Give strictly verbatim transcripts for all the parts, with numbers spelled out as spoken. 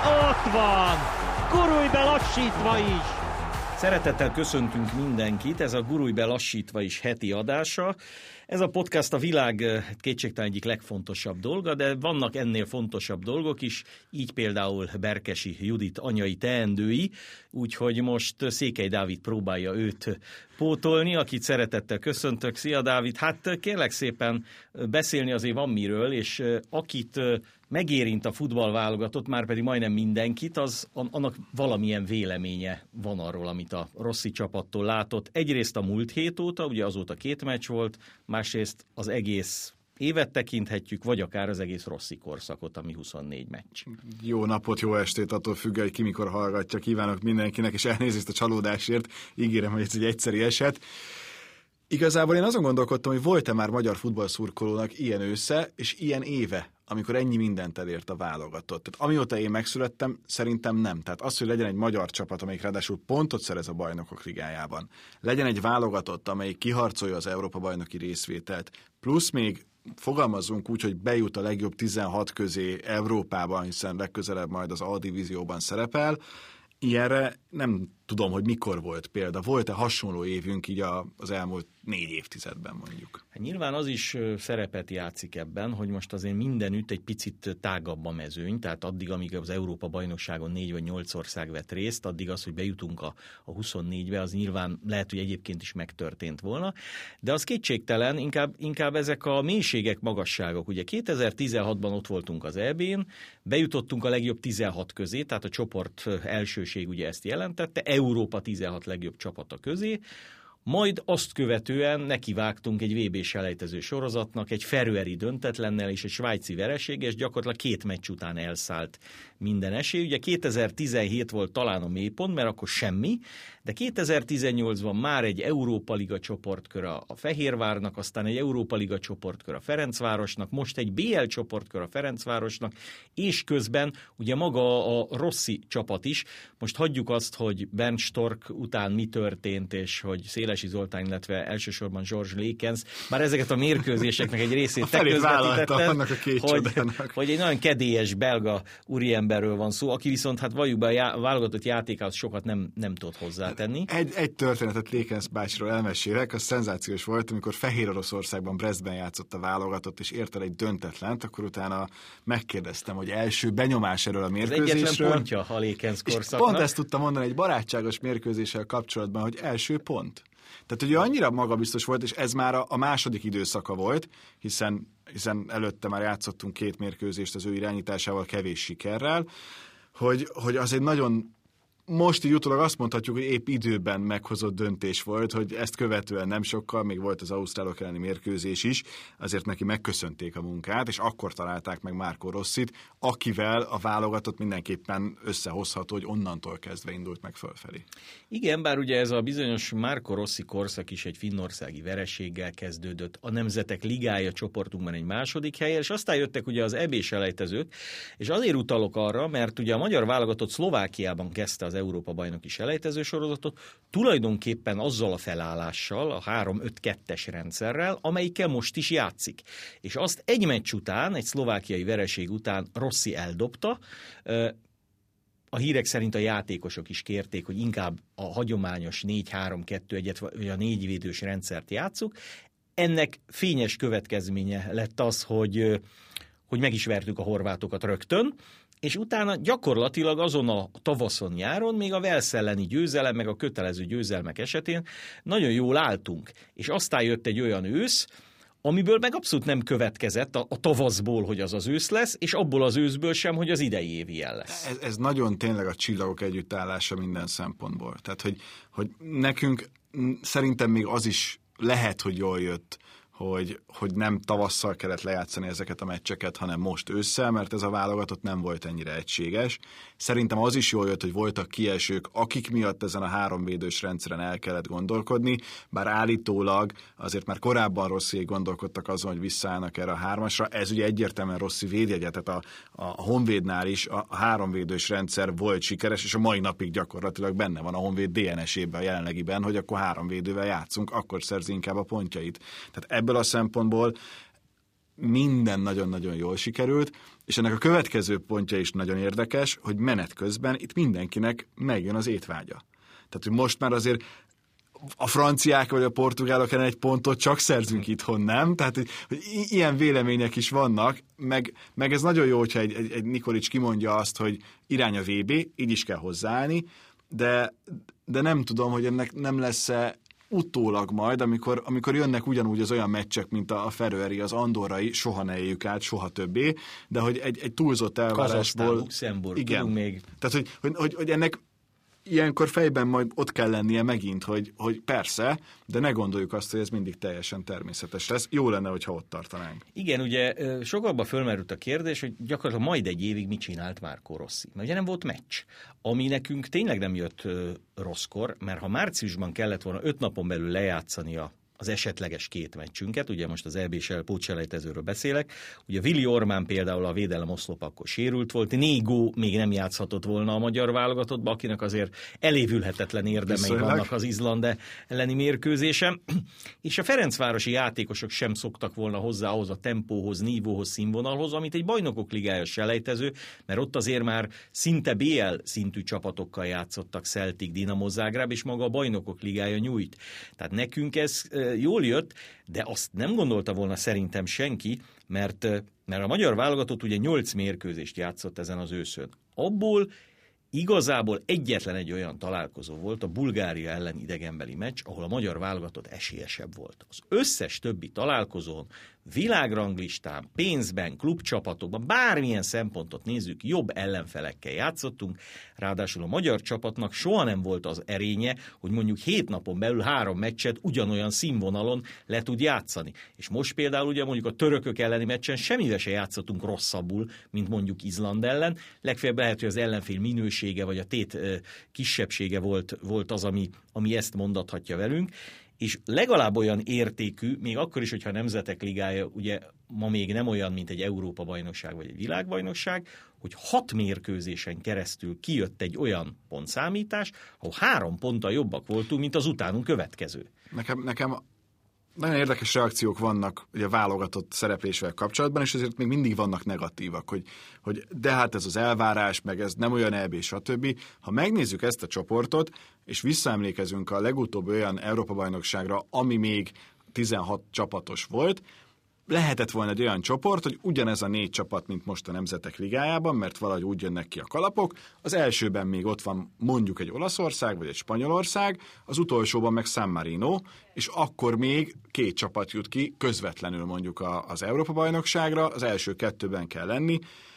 Ott van! Gurulj be lassítva is! Szeretettel köszöntünk mindenkit, ez a Gurulj be lassítva is heti adása. Ez a podcast a világ kétségtelen egyik legfontosabb dolga, de vannak ennél fontosabb dolgok is, így például Berkesi Judit anyai teendői, úgyhogy most Székely Dávid próbálja őt pótolni, akit szeretettel köszöntök. Szia Dávid, hát kérlek szépen beszélni azért van miről, és akit megérint a futballválogatott, már pedig majdnem mindenkit, az annak valamilyen véleménye van arról, amit a Rossi csapattól látott. Egyrészt a múlt hét óta, ugye azóta két meccs volt, másrészt az egész évet tekinthetjük, vagy akár az egész Rossi korszakot, ami huszonnégy meccs. Jó napot, jó estét, attól függ, hogy ki mikor hallgatja, kívánok mindenkinek, és elnézést a csalódásért, ígérem, hogy ez egy egyszeri eset. Igazából én azon gondolkodtam, hogy volt-e már magyar futballszurkolónak ilyen ősze, és ilyen éve, amikor ennyi mindent elért a válogatott. Tehát amióta én megszülettem, szerintem nem. Tehát az, hogy legyen egy magyar csapat, amelyik ráadásul pontot szerez a Bajnokok Ligájában, legyen egy válogatott, amelyik kiharcolja az Európa-bajnoki részvételt, plusz még fogalmazzunk úgy, hogy bejut a legjobb tizenhat közé Európában, hiszen legközelebb majd az A-divízióban szerepel. Ilyenre nem tudom, hogy mikor volt példa. Volt-e hasonló évünk így az elmúlt négy évtizedben mondjuk? Hát nyilván az is szerepet játszik ebben, hogy most azért mindenütt egy picit tágabb a mezőny, tehát addig, amíg az Európa-bajnokságon négy vagy nyolc ország vett részt, addig az, hogy bejutunk a, a huszonnégybe, az nyilván lehet, hogy egyébként is megtörtént volna, de az kétségtelen, inkább, inkább ezek a mélységek, magasságok. Ugye kétezer-tizenhatban ott voltunk az é bén, bejutottunk a legjobb tizenhat közé, tehát a csoport elsőség ugye ezt jelentette, Európa tizenhat legjobb csapata közé, majd azt követően nekivágtunk egy vé bé-selejtező sorozatnak, egy feröeri döntetlennel és egy svájci vereséggel, és gyakorlatilag két meccs után elszállt minden esély. Ugye kétezer-tizenhét volt talán a mélypont, mert akkor semmi, de kétezer-tizennyolcban már egy Európa Liga csoportkör a Fehérvárnak, aztán egy Európa Liga csoportkör a Ferencvárosnak, most egy bé el csoportkör a Ferencvárosnak, és közben ugye maga a Rossi csapat is. Most hagyjuk azt, hogy Bernd Stork után mi történt, és hogy Szélesi Zoltán, illetve elsősorban George Lékens, már ezeket a mérkőzéseknek egy részét te közvetítetted, hogy, hogy egy nagyon kedélyes belga úriemberről van szó, aki viszont hát valljuk be a já- válogatott játékához sokat nem, nem tud hozzátenni. Egy, egy történetet Lékens bácsiról elmesélek, az szenzációs volt, amikor Fehér Oroszországban, Brestben játszott a válogatott, és ért el egy döntetlent, akkor utána megkérdeztem, hogy első benyomás erről a mérkőzésről. Az egyetlen pontja a Lékens korszaknak. Pont ezt tudtam mondani egy barátságos mérkőzéssel kapcsolatban, hogy első pont. Tehát ugye annyira magabiztos volt, és ez már a, a második időszaka volt, hiszen, hiszen előtte már játszottunk két mérkőzést az ő irányításával kevés sikerrel, hogy, hogy az egy nagyon, most így utólag azt mondhatjuk, hogy épp időben meghozott döntés volt, hogy ezt követően nem sokkal, még volt az ausztrálok elleni mérkőzés is, azért neki megköszönték a munkát, és akkor találták meg Marco Rossit, akivel a válogatott mindenképpen összehozható, hogy onnantól kezdve indult meg fölfelé. Igen, bár ugye ez a bizonyos Marco Rossi korszak is egy finnországi vereséggel kezdődött, a Nemzetek Ligája csoportunkban egy második helyen, és aztán jöttek ugye az é bé-selejtezők, és azért utalok arra, mert ugye a magyar válogatott Szlovákiában kezdte az Európa-bajnoki selejtező sorozatot, tulajdonképpen azzal a felállással, a három öt kettes rendszerrel, amelyikkel most is játszik. És azt egy meccs után, egy szlovákiai vereség után Rossi eldobta. A hírek szerint a játékosok is kérték, hogy inkább a hagyományos négy három kettő egyet, vagy a négyvédős rendszert játsszuk. Ennek fényes következménye lett az, hogy, hogy meg is vertük a horvátokat rögtön, és utána gyakorlatilag azon a tavaszon, nyáron még a Wales elleni győzelem, meg a kötelező győzelmek esetén nagyon jól álltunk. És aztán jött egy olyan ősz, amiből meg abszolút nem következett a, a tavaszból, hogy az az ősz lesz, és abból az őszből sem, hogy az idei év ilyen lesz. Ez, ez nagyon tényleg a csillagok együttállása minden szempontból. Tehát, hogy, hogy nekünk szerintem még az is lehet, hogy jól jött, hogy, hogy nem tavasszal kellett lejátszani ezeket a meccseket, hanem most ősszel, mert ez a válogatott nem volt ennyire egységes. Szerintem az is jól jött, hogy voltak kiesők, akik miatt ezen a háromvédős rendszeren el kellett gondolkodni, bár állítólag azért már korábban Rossiék gondolkodtak azon, hogy visszaállnak erre a hármasra. Ez ugye egyértelműen Rossi védjegye, tehát a, a Honvédnál is a háromvédős rendszer volt sikeres, és a mai napig gyakorlatilag benne van a Honvéd dé en es-ében, a jelenlegiben, hogy akkor háromvédővel játszunk, akkor szerzi inkább a pontjait. Tehát ebből a szempontból minden nagyon-nagyon jól sikerült, és ennek a következő pontja is nagyon érdekes, hogy menet közben itt mindenkinek megjön az étvágya. Tehát, hogy most már azért a franciák vagy a portugálok ellen egy pontot csak szerzünk itthon, nem? Tehát, hogy, hogy ilyen vélemények is vannak, meg, meg ez nagyon jó, hogyha egy, egy, egy Nikolić kimondja azt, hogy irány a vé bé, így is kell hozzáállni, de, de nem tudom, hogy ennek nem lesz-e utólag majd, amikor, amikor jönnek ugyanúgy az olyan meccsek, mint a Feröeri, az andorrai, soha ne éljük át, soha többé, de hogy egy, egy túlzott elvárásból... Kazahsztán, Luxemburg, igen. még... Tehát, hogy, hogy, hogy, hogy ennek ilyenkor fejben majd ott kell lennie megint, hogy, hogy persze, de ne gondoljuk azt, hogy ez mindig teljesen természetes lesz. Jó lenne, hogyha ott tartanánk. Igen, ugye sokakban fölmerült a kérdés, hogy gyakorlatilag majd egy évig mit csinált Marco Rossi. Mert ugye nem volt meccs, ami nekünk tényleg nem jött rosszkor, mert ha márciusban kellett volna öt napon belül lejátszani a az esetleges két meccsünket, ugye most az é bé-s pótselejtezőről beszélek, ugye Vili Ormán például a védelem oszlopakkor sérült volt, Négó még nem játszhatott volna a magyar válogatottba, akinek azért elévülhetetlen érdemei Viszonylag. vannak az Izland elleni mérkőzésen, és a ferencvárosi játékosok sem szoktak volna hozzá ahhoz a tempóhoz, nívóhoz, színvonalhoz, amit egy bajnokok ligája selejtező, mert ott azért már szinte bé el szintű csapatokkal játszottak, Celtic, Dinamo Zágráb, és maga a bajnokok ligája nyújt. Tehát nekünk ez jól jött, de azt nem gondolta volna szerintem senki, mert, mert a magyar válogatott ugye nyolc mérkőzést játszott ezen az őszön. Abból igazából egyetlen egy olyan találkozó volt, a Bulgária ellen idegenbeli meccs, ahol a magyar válogatott esélyesebb volt. Az összes többi találkozón, világranglistán, pénzben, klubcsapatokban, bármilyen szempontot nézzük, jobb ellenfelekkel játszottunk, ráadásul a magyar csapatnak soha nem volt az erénye, hogy mondjuk hét napon belül három meccset ugyanolyan színvonalon le tud játszani. És most például ugye mondjuk a törökök elleni meccsen semmivel se játszottunk rosszabbul, mint mondjuk Izland ellen, legfeljebb lehet, hogy az ellenfél minősége vagy a tét kisebbsége volt, volt az, ami, ami ezt mondathatja velünk, és legalább olyan értékű, még akkor is, hogyha a Nemzetek Ligája ugye ma még nem olyan, mint egy Európa-bajnokság vagy egy világbajnokság, hogy hat mérkőzésen keresztül kijött egy olyan pontszámítás, ahol három ponttal jobbak voltunk, mint az utánunk következő. Nekem, nekem nagyon érdekes reakciók vannak ugye válogatott szereplésvel kapcsolatban, és ezért még mindig vannak negatívak, hogy, hogy de hát ez az elvárás, meg ez nem olyan é bé, stb. Ha megnézzük ezt a csoportot, és visszaemlékezünk a legutóbbi olyan Európa-bajnokságra, ami még tizenhat csapatos volt, lehetett volna egy olyan csoport, hogy ugyanez a négy csapat, mint most a Nemzetek Ligájában, mert valahogy úgy jönnek ki a kalapok. Az elsőben még ott van mondjuk egy Olaszország, vagy egy Spanyolország, az utolsóban meg San Marino, és akkor még két csapat jut ki, közvetlenül mondjuk a, az Európa-bajnokságra, az első kettőben kell lenni.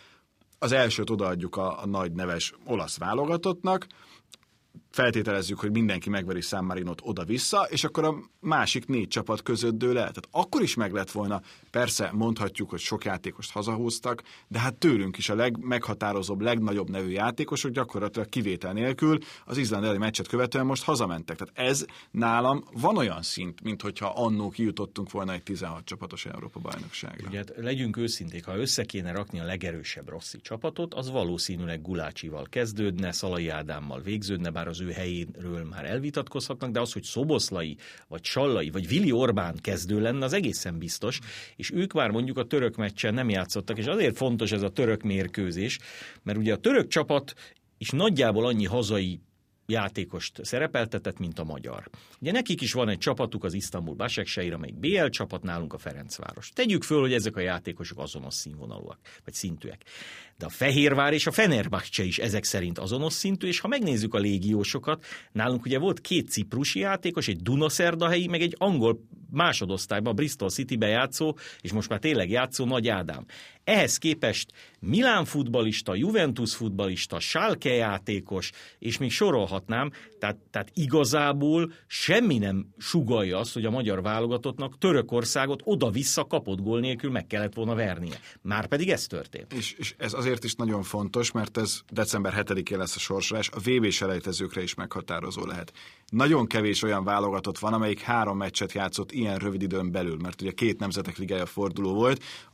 Az elsőt odaadjuk a, a nagy neves olasz válogatottnak, feltételezzük, hogy mindenki megveri San Marinot oda-vissza, és akkor a másik négy csapat között dől el. Tehát akkor is meg lett volna, persze mondhatjuk, hogy sok játékost hazahúztak, de hát tőlünk is a legmeghatározóbb, legnagyobb nevű játékosok gyakorlatilag kivétel nélkül az Izland elleni meccset követően most hazamentek. Tehát ez nálam van olyan szint, mint hogyha annó kijutottunk volna egy tizenhat csapatos Európa-bajnokságra. Ugye, hát legyünk őszinték, ha össze kéne rakni a legerősebb Rossi csapatot, az valószínűleg Gulácsival kezdődne, Szalai Ádámmal végződne, bár az ő helyéről már elvitatkozhatnak, de az, hogy Szoboszlai, vagy Sallai, vagy Vili Orbán kezdő lenne, az egészen biztos, és ők már mondjuk a török meccsen nem játszottak, és azért fontos ez a török mérkőzés, mert ugye a török csapat is nagyjából annyi hazai játékost szerepeltetett, mint a magyar. Ugye nekik is van egy csapatuk, az Isztambul Başakşehir, amelyik bé el csapat, nálunk a Ferencváros. Tegyük föl, hogy ezek a játékosok azonos színvonalúak, vagy szintűek. De a Fehérvár és a Fenerbahce is ezek szerint azonos szintű, és ha megnézzük a légiósokat, nálunk ugye volt két ciprusi játékos, egy dunaszerdahelyi, meg egy angol másodosztályban, a Bristol Citybe játszó, és most már tényleg játszó Nagy Ádám. Ehhez képest Milán futballista, Juventus futballista, Schalke játékos, és még sorolhatnám, tehát, tehát igazából semmi nem sugallja azt, hogy a magyar válogatottnak Törökországot oda-vissza kapott gól nélkül meg kellett volna vernie. Márpedig ez történt. És, és ez azért is nagyon fontos, mert ez december hetedikén lesz a sorsolás, a vé bé-selejtezőkre is meghatározó lehet. Nagyon kevés olyan válogatott van, amelyik három meccset játszott ilyen rövid időn belül, mert ugye két Nemzetek Ligája forduló volt,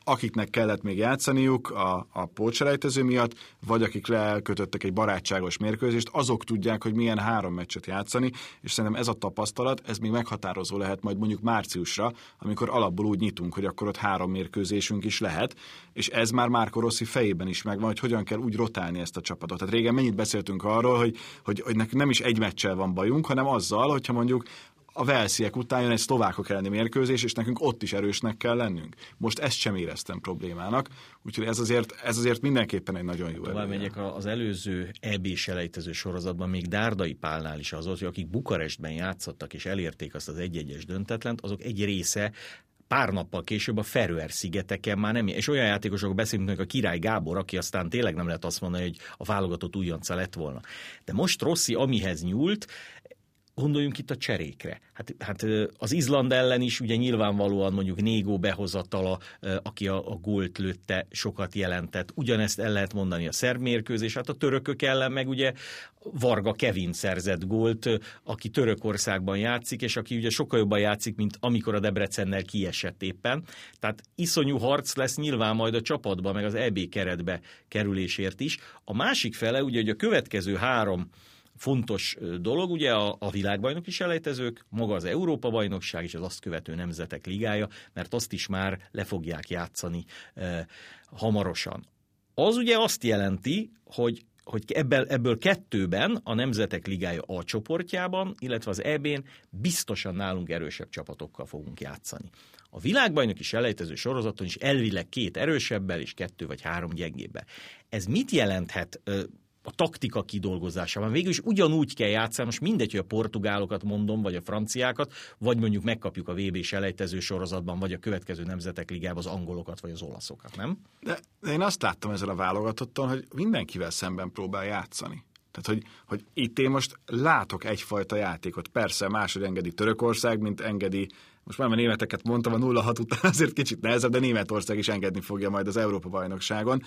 akiknek kellett még játszaniuk a, a pótselejtező miatt, vagy akik lekötöttek egy barátságos mérkőzést, azok tudják, hogy milyen három meccset játszani, és szerintem ez a tapasztalat, ez még meghatározó lehet majd mondjuk márciusra, amikor alapból úgy nyitunk, hogy akkor ott három mérkőzésünk is lehet, és ez már Marco Rossi fejében is megvan, hogy hogyan kell úgy rotálni ezt a csapatot. Tehát régen mennyit beszéltünk arról, hogy, hogy, hogy nekünk nem is egy meccsel van bajunk, hanem azzal, hogyha mondjuk a velsziek után jön egy szlovákok elleni mérkőzés, és nekünk ott is erősnek kell lennünk. Most ezt sem éreztem problémának, úgyhogy ez azért, ez azért mindenképpen egy nagyon jó előny. Megyek az előző é bé-selejtező sorozatban még Dárdai Pálnál is az volt, hogy akik Bukarestben játszottak és elérték azt az egy-egyes döntetlent, azok egy része pár nappal később a Feröer-szigeteken már nem, és olyan játékosok beszélünk, hogy a Király Gábor, aki aztán tényleg nem lehet azt mondani, hogy a válogatott újonca lett volna. De most Rossi amihez nyúlt, gondoljunk itt a cserékre. Hát, hát az Izland ellen is ugye nyilvánvalóan mondjuk Négó behozatala, aki a, a gólt lőtte, sokat jelentett. Ugyanezt el lehet mondani a szerb mérkőzés, hát a törökök ellen meg ugye Varga Kevin szerzett gólt, aki Törökországban játszik, és aki ugye sokkal jobban játszik, mint amikor a Debrecennel kiesett éppen. Tehát iszonyú harc lesz nyilván majd a csapatban, meg az é bé keretbe kerülésért is. A másik fele ugye, hogy a következő három fontos dolog, ugye a, a világbajnoki selejtezők, maga az Európa-bajnokság és az azt követő nemzetek ligája, mert azt is már le fogják játszani e, hamarosan. Az ugye azt jelenti, hogy, hogy ebből, ebből kettőben a nemzetek ligája A csoportjában, illetve az é bén biztosan nálunk erősebb csapatokkal fogunk játszani. A világbajnoki selejtező sorozaton is elvileg két erősebbel és kettő vagy három gyengébbel. Ez mit jelenthet a taktika kidolgozásában? Végül is ugyanúgy kell játszani, most mindegy, hogy a portugálokat mondom, vagy a franciákat, vagy mondjuk megkapjuk a vé bé selejtező sorozatban, vagy a következő nemzetek ligában az angolokat, vagy az olaszokat, nem? De, de én azt láttam ezzel a válogatotton, hogy mindenkivel szemben próbál játszani. Tehát, hogy, hogy itt én most látok egyfajta játékot. Persze máshogy engedi Törökország, mint engedi, most már a németeket mondtam, a nulla hat után azért kicsit nehezebb, de Németország is engedni fogja majd az Európa-bajnokságon.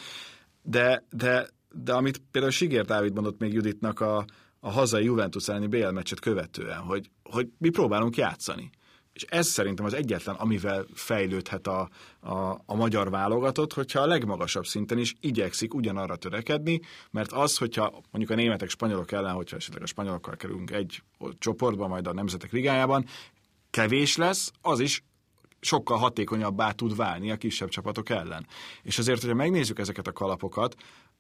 De, de De amit például Siger Dávid mondott még Juditnak a, a hazai Juventus elleni bé el meccset követően, hogy, hogy mi próbálunk játszani. És ez szerintem az egyetlen, amivel fejlődhet a, a, a magyar válogatott, hogyha a legmagasabb szinten is igyekszik ugyanarra törekedni, mert az, hogyha mondjuk a németek, spanyolok ellen, hogyha esetleg a spanyolokkal kerülünk egy csoportba, majd a nemzetek ligájában, kevés lesz, az is sokkal hatékonyabbá tud válni a kisebb csapatok ellen. És azért, hogyha megnézzük ezeket a kalapokat,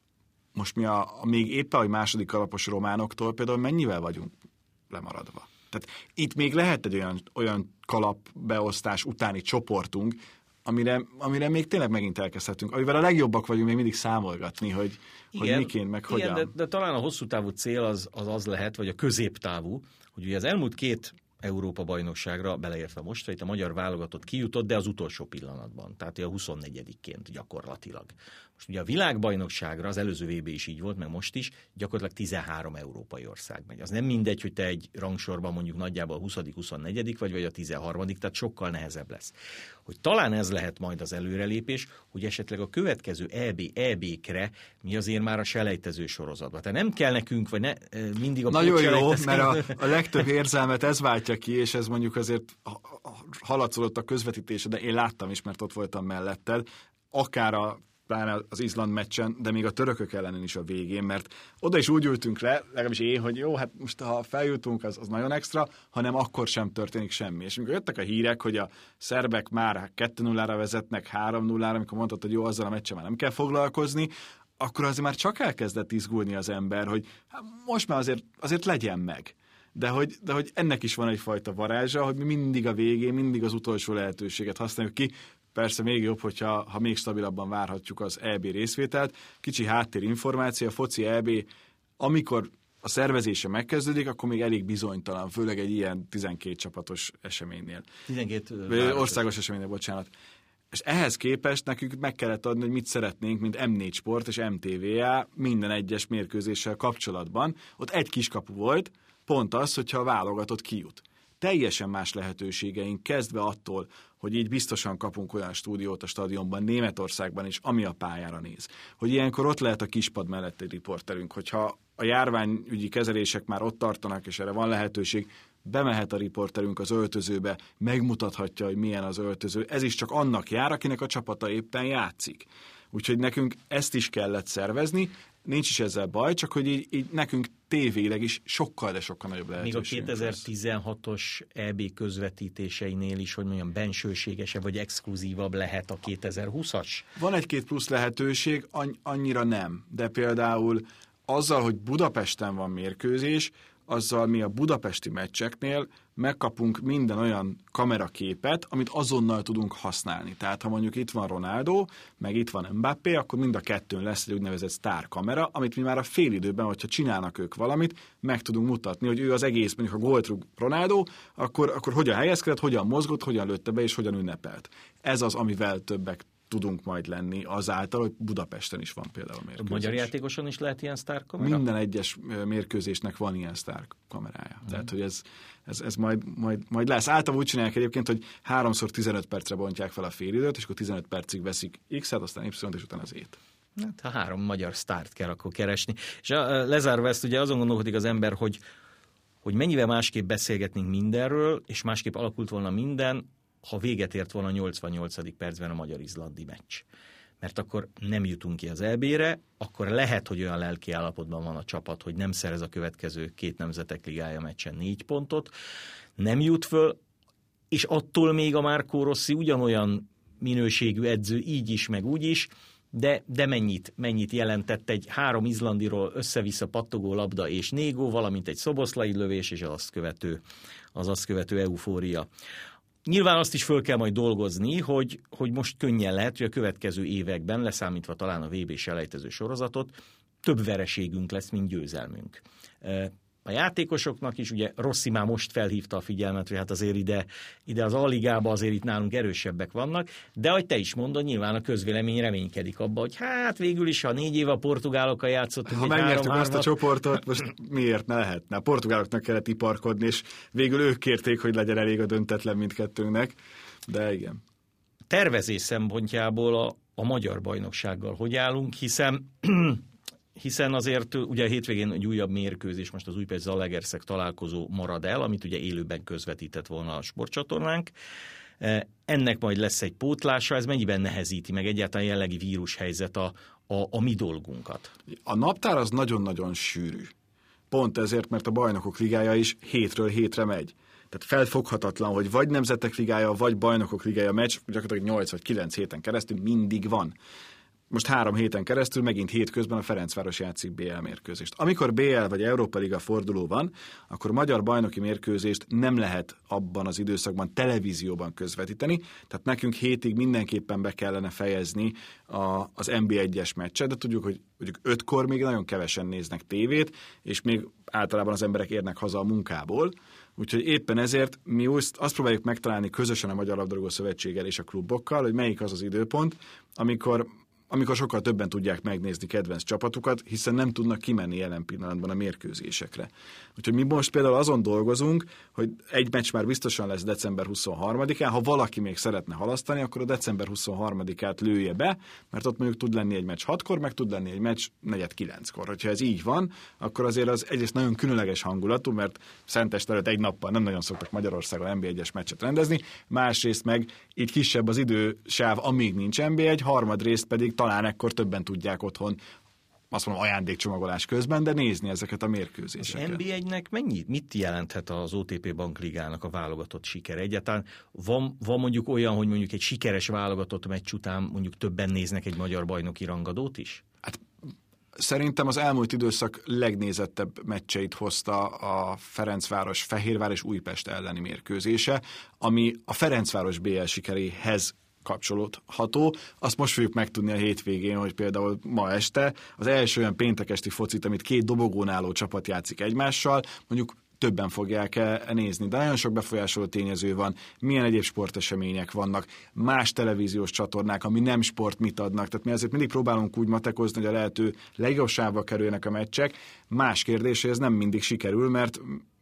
most mi a, a még éppen a második kalapos románoktól például mennyivel vagyunk lemaradva. Tehát itt még lehet egy olyan, olyan kalapbeosztás utáni csoportunk, amire, amire még tényleg megint elkezdhetünk, amivel a legjobbak vagyunk még mindig számolgatni, hogy, igen, hogy miként, meg igen, hogyan. De, de talán a hosszú távú cél az, az az lehet, vagy a középtávú, hogy ugye az elmúlt két Európa-bajnokságra, beleértve most, hogy a magyar válogatott kijutott, de az utolsó pillanatban, tehát a huszonnegyedikként gyakorlatilag. Most ugye a világbajnokságra, az előző vé bé is így volt, meg most is, gyakorlatilag tizenhárom európai ország megy. Az nem mindegy, hogy te egy rangsorban mondjuk nagyjából a huszadik huszonnegyedik vagy, vagy a tizenharmadik, tehát sokkal nehezebb lesz. Hogy talán ez lehet majd az előrelépés, hogy esetleg a következő é bé, é bé-kre mi azért már a selejtező sorozatban. Tehát nem kell nekünk, vagy ne, mindig a nagyon jó, mert a, a legtöbb érzelmet ez váltja ki, és ez mondjuk azért haladszolott a közvetítése, de én láttam is, mert ott voltam melletted, akár a pláne az Izland meccsen, de még a törökök ellen is a végén, mert oda is úgy ültünk le, legalábbis én, hogy jó, hát most ha feljutunk, az, az nagyon extra, hanem akkor sem történik semmi. És amikor jöttek a hírek, hogy a szerbek már kettő nullára vezetnek, három nullára, amikor mondtad, hogy jó, azzal a meccsen már nem kell foglalkozni, akkor azért már csak elkezdett izgulni az ember, hogy hát most már azért, azért legyen meg. De hogy, de hogy ennek is van egyfajta varázsa, hogy mi mindig a végén, mindig az utolsó lehetőséget használjuk ki. Persze még jobb, hogyha ha még stabilabban várhatjuk az é bé részvételt. Kicsi háttérinformáció, a foci é bé, amikor a szervezése megkezdődik, akkor még elég bizonytalan, főleg egy ilyen tizenkét csapatos eseménynél. tizenkét országos eseménynél, bocsánat. És ehhez képest nekünk meg kellett adni, hogy mit szeretnénk, mint em négy Sport és em té vé á minden egyes mérkőzéssel kapcsolatban. Ott egy kiskapu volt, pont az, hogyha a válogatott kijut. Teljesen más lehetőségeink, kezdve attól, hogy így biztosan kapunk olyan stúdiót a stadionban, Németországban is, ami a pályára néz. Hogy ilyenkor ott lehet a kispad mellett egy riporterünk, hogyha a járványügyi kezelések már ott tartanak, és erre van lehetőség, bemehet a riporterünk az öltözőbe, megmutathatja, hogy milyen az öltöző. Ez is csak annak jár, akinek a csapata éppen játszik. Úgyhogy nekünk ezt is kellett szervezni, nincs is ezzel baj, csak hogy így, így nekünk tévéleg is sokkal, de sokkal nagyobb lehetőségünk. Még a kétezer-tizenhatos é bé közvetítéseinél is, hogy mondjam, bensőségesebb vagy exkluzívabb lehet a kétezer-húszas? Van egy-két plusz lehetőség, annyira nem. De például azzal, hogy Budapesten van mérkőzés, azzal mi a budapesti meccseknél megkapunk minden olyan kameraképet, amit azonnal tudunk használni. Tehát ha mondjuk itt van Ronaldo, meg itt van Mbappé, akkor mind a kettőn lesz egy úgynevezett sztárkamera, amit mi már a félidőben, hogyha csinálnak ők valamit, meg tudunk mutatni, hogy ő az egész, mondjuk a gólt rúg Ronaldo, akkor, akkor hogyan helyezkedett, hogyan mozgott, hogyan lőtte be, és hogyan ünnepelt. Ez az, amivel többek tudunk majd lenni azáltal, hogy Budapesten is van például mérkőzés. A magyar játékoson is lehet ilyen sztárkamera? Minden egyes mérkőzésnek van ilyen sztárkamerája. Mm. Tehát, hogy ez, ez, ez majd, majd, majd lesz. Általában úgy csinálják egyébként, hogy háromszor tizenöt percre bontják fel a félidőt, és akkor tizenöt percig veszik X-et, aztán Y-t, és utána az E-t. Hát, ha három magyar sztárt kell akkor keresni. És a, lezárva ezt, ugye azon gondolkodik az ember, hogy, hogy mennyivel másképp beszélgetnénk mindenről, és másképp alakult volna minden, ha véget ért volna a nyolcvannyolcadik percben a magyar-izlandi meccs. Mert akkor nem jutunk ki az é bé-re, akkor lehet, hogy olyan lelki állapotban van a csapat, hogy nem szerez a következő két nemzetek ligája meccsen négy pontot, nem jut föl, és attól még a Marco Rossi ugyanolyan minőségű edző, így is, meg úgy is, de, de mennyit, mennyit jelentett egy három izlandiról össze-vissza pattogó labda és négó, valamint egy szoboszlai lövés, és az azt követő, az azt követő eufória. Nyilván azt is föl kell majd dolgozni, hogy, hogy most könnyen lehet, hogy a következő években, leszámítva talán a vé bé-s elejtező sorozatot, több vereségünk lesz, mint győzelmünk. A játékosoknak is, ugye Rossi már most felhívta a figyelmet, hogy hát azért ide, ide az A-ligába azért itt nálunk erősebbek vannak, de ahogy te is mondod, nyilván a közvélemény reménykedik abba, hogy hát végül is, ha négy év a portugálokkal játszottunk. Ha megnyertük azt a csoportot, most miért ne lehetne? A portugáloknak kellett iparkodni, és végül ők kérték, hogy legyen elég a döntetlen mindkettőnknek, de igen. Tervezés szempontjából a, a magyar bajnoksággal hogy állunk, hiszen... hiszen azért ugye a hétvégén egy újabb mérkőzés, most az Újpest-Zalaegerszeg találkozó marad el, amit ugye élőben közvetített volna a sportcsatornánk. Ennek majd lesz egy pótlása, ez mennyiben nehezíti meg egyáltalán jellegi vírushelyzet a, a, a mi dolgunkat? A naptár az nagyon-nagyon sűrű. Pont ezért, mert a Bajnokok Ligája is hétről hétre megy. Tehát felfoghatatlan, hogy vagy Nemzetek Ligája, vagy Bajnokok Ligája meccs, gyakorlatilag nyolc vagy kilenc héten keresztül mindig van. Most három héten keresztül megint hétközben a Ferencváros játszik bé el mérkőzést. Amikor bé el vagy Európa Liga forduló van, akkor magyar bajnoki mérkőzést nem lehet abban az időszakban televízióban közvetíteni, tehát nekünk hétig mindenképpen be kellene fejezni a, az en bé egyes meccset, de tudjuk, hogy mondjuk ötkor még nagyon kevesen néznek tévét, és még általában az emberek érnek haza a munkából, úgyhogy éppen ezért mi azt, azt próbáljuk megtalálni közösen a Magyar Labdarúgó Szövetséggel és a klubokkal, hogy melyik az az időpont, amikor amikor sokkal többen tudják megnézni kedvenc csapatukat, hiszen nem tudnak kimenni jelen pillanatban a mérkőzésekre. Úgyhogy mi most például azon dolgozunk, hogy egy meccs már biztosan lesz december huszonharmadikán, ha valaki még szeretne halasztani, akkor a december huszonharmadikát lője be, mert ott mondjuk tud lenni egy meccs hatkor, meg tud lenni egy meccs negyed kilenckor. Hogyha ez így van, akkor azért az egyrészt nagyon különleges hangulatú, mert Szenteste előtt egy nappal nem nagyon szoktak Magyarországon en bé egyes meccset rendezni, másrészt meg így kisebb az idősáv, amíg nincs en bé egy, harmadrészt pedig talán ekkor többen tudják otthon, azt mondom, ajándékcsomagolás közben, de nézni ezeket a mérkőzéseket. Az en bé egynek mennyi, mit jelenthet az o té pé Bankligának a válogatott sikere? Egyáltalán van, van mondjuk olyan, hogy mondjuk egy sikeres válogatott meccs után mondjuk többen néznek egy magyar bajnoki rangadót is? Hát szerintem az elmúlt időszak legnézettebb meccseit hozta a Ferencváros, Fehérvár és Újpest elleni mérkőzése, ami a Ferencváros bé el sikeréhez kapcsolódható. Azt most fogjuk megtudni a hétvégén, hogy például ma este az első olyan péntek esti focit, amit két dobogón álló csapat játszik egymással, mondjuk többen fogják nézni, de nagyon sok befolyásoló tényező van, milyen egyéb sportesemények vannak, más televíziós csatornák, ami nem sport, mit adnak, tehát mi azért mindig próbálunk úgy matekozni, hogy a lehető legjobb sávba kerüljenek a meccsek. Más kérdés, hogy ez nem mindig sikerül, mert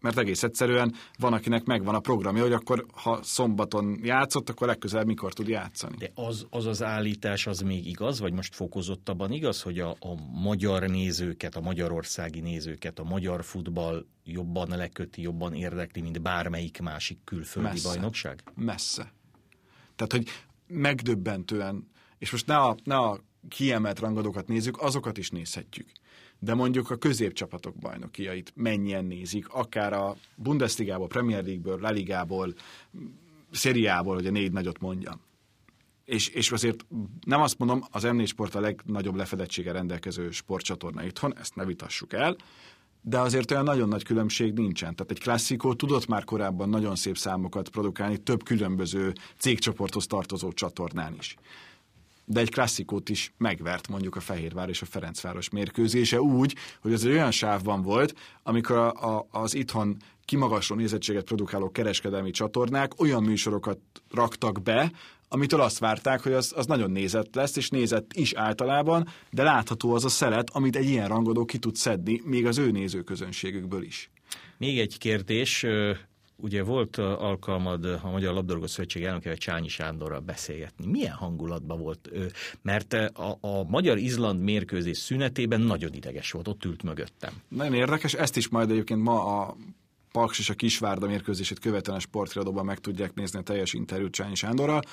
mert egész egyszerűen van, akinek megvan a programja, hogy akkor, ha szombaton játszott, akkor legközelebb mikor tud játszani. De az az, az állítás az még igaz, vagy most fokozottabban igaz, hogy a, a magyar nézőket, a magyarországi nézőket, a magyar futball jobban leköti, jobban érdekli, mint bármelyik másik külföldi Messze. bajnokság? Messze. Tehát, hogy megdöbbentően, és most ne a, ne a kiemelt rangadókat nézzük, azokat is nézhetjük. De mondjuk a középcsapatok bajnokiait mennyien nézik, akár a Bundesligából, Premier League-ből, La Ligából, Szériából, hogy a négy nagyot mondjam. És, és azért nem azt mondom, az em négy Sport a legnagyobb lefedettséggel rendelkező sportcsatorna itthon, ezt ne vitassuk el, de azért olyan nagyon nagy különbség nincsen. Tehát egy klasszikó tudott már korábban nagyon szép számokat produkálni több különböző cégcsoporthoz tartozó csatornán is. De egy klasszikót is megvert mondjuk a Fehérvár és a Ferencváros mérkőzése úgy, hogy az egy olyan sávban volt, amikor a, a, az itthon kimagasló nézettséget produkáló kereskedelmi csatornák olyan műsorokat raktak be, amitől azt várták, hogy az, az nagyon nézett lesz, és nézett is általában, de látható az a szelet, amit egy ilyen rangodó ki tud szedni, még az ő nézőközönségükből is. Még egy kérdés. Ugye volt alkalmad a Magyar Labdarúgó Szövetség elnökével, Csányi Sándorral beszélgetni. Milyen hangulatban volt ő? Mert a, a magyar-izland mérkőzés szünetében nagyon ideges volt, ott ült mögöttem. Nagyon érdekes, ezt is majd egyébként ma a Paks és a Kisvárda mérkőzését követően a Sporthíradóban meg tudják nézni a teljes interjút Csányi Sándorral.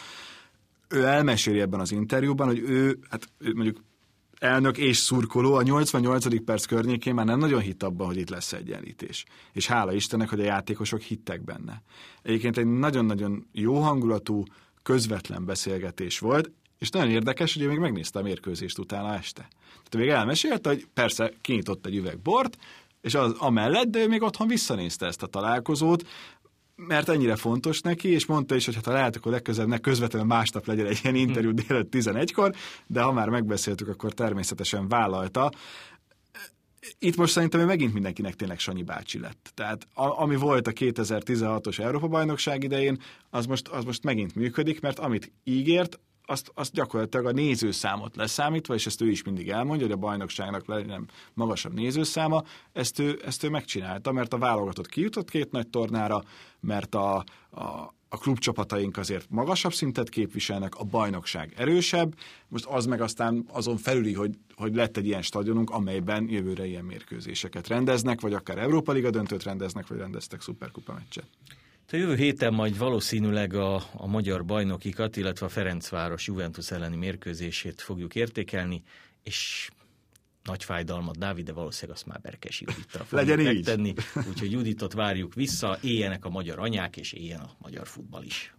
Ő elmeséli ebben az interjúban, hogy ő, hát ő mondjuk elnök és szurkoló a nyolcvannyolcadik perc környékén már nem nagyon hitt abban, hogy itt lesz egyenlítés. És hála Istennek, hogy a játékosok hittek benne. Egyébként egy nagyon-nagyon jó hangulatú, közvetlen beszélgetés volt, és nagyon érdekes, hogy ő még megnézte a mérkőzést utána este. Tehát még elmesélte, hogy persze kinyitott egy üveg bort, és az amellett, de ő még otthon visszanézte ezt a találkozót, mert ennyire fontos neki, és mondta is, hogy hát ha lehet, akkor legközelebb ne közvetlenül másnap legyen egy ilyen interjú délelőtt tizenegykor, de ha már megbeszéltük, akkor természetesen vállalta. Itt most szerintem megint mindenkinek tényleg Sanyi bácsi lett. Tehát a, ami volt a kétezer-tizenhatos Európa-bajnokság idején, az most, az most megint működik, mert amit ígért, azt, azt gyakorlatilag a nézőszámot leszámítva, és ezt ő is mindig elmondja, hogy a bajnokságnak legyen magasabb nézőszáma, ezt ő, ezt ő megcsinálta, mert a válogatott kijutott két nagy tornára, mert a, a, a klubcsapataink azért magasabb szintet képviselnek, a bajnokság erősebb, most az meg aztán azon felüli, hogy, hogy lett egy ilyen stadionunk, amelyben jövőre ilyen mérkőzéseket rendeznek, vagy akár Európa Liga döntőt rendeznek, vagy rendeztek szuperkupa meccset. A jövő héten majd valószínűleg a, a magyar bajnokikat, illetve a Ferencváros Juventus elleni mérkőzését fogjuk értékelni, és nagy fájdalmat, Dávid, de valószínűleg azt már Berkesi Judittra fogjuk megtenni. Úgyhogy Juditot várjuk vissza, éljenek a magyar anyák, és éljen a magyar futball is.